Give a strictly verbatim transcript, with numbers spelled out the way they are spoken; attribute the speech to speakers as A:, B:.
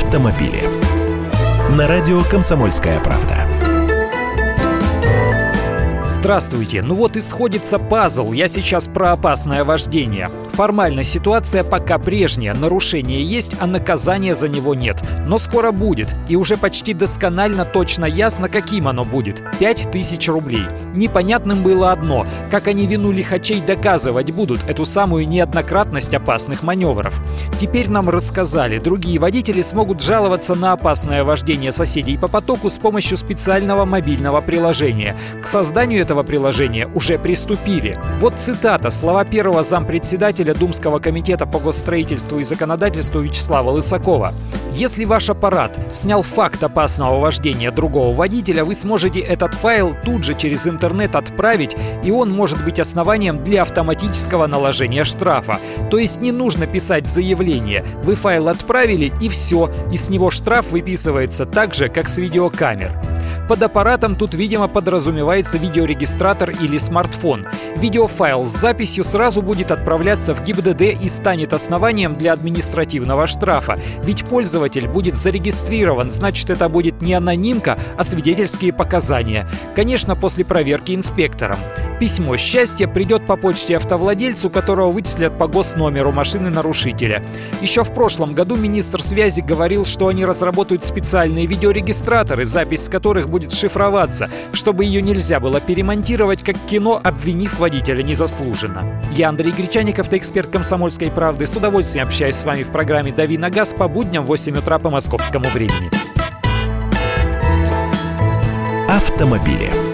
A: автомобили. На радио «Комсомольская правда».
B: Здравствуйте. Ну вот и сходится пазл. Я сейчас про опасное вождение. Формально ситуация пока прежняя. Нарушение есть, а наказания за него нет. Но скоро будет. И уже почти досконально точно ясно, каким оно будет. пять тысяч рублей. Непонятным было одно. Как они вину лихачей доказывать будут, эту самую неоднократность опасных маневров. Теперь нам рассказали. Другие водители смогут жаловаться на опасное вождение соседей по потоку с помощью специального мобильного приложения. К созданию этого приложения уже приступили. Вот цитата, слова первого зампредседателя Думского комитета по госстроительству и законодательству Вячеслава Лысакова. Если ваш аппарат снял факт опасного вождения другого водителя, вы сможете этот файл тут же через интернет отправить, и он может быть основанием для автоматического наложения штрафа. То есть не нужно писать заявление. Вы файл отправили, и все, и с него штраф выписывается так же, как с видеокамер. Под аппаратом тут, видимо, подразумевается видеорегистратор или смартфон. Видеофайл с записью сразу будет отправляться в ГИБДД и станет основанием для административного штрафа. Ведь пользователь будет зарегистрирован, значит, это будет не анонимка, а свидетельские показания. Конечно, после проверки инспектором. Письмо счастья придет по почте автовладельцу, которого вычислят по госномеру машины нарушителя. Еще в прошлом году министр связи говорил, что они разработают специальные видеорегистраторы, запись с которых будет шифроваться, чтобы ее нельзя было перемонтировать как кино, обвинив водителя незаслуженно. Я Андрей Гречаник, автоэксперт «Комсомольской правды». С удовольствием общаюсь с вами в программе «Дави на газ» по будням в восемь утра по московскому времени.
A: Автомобили.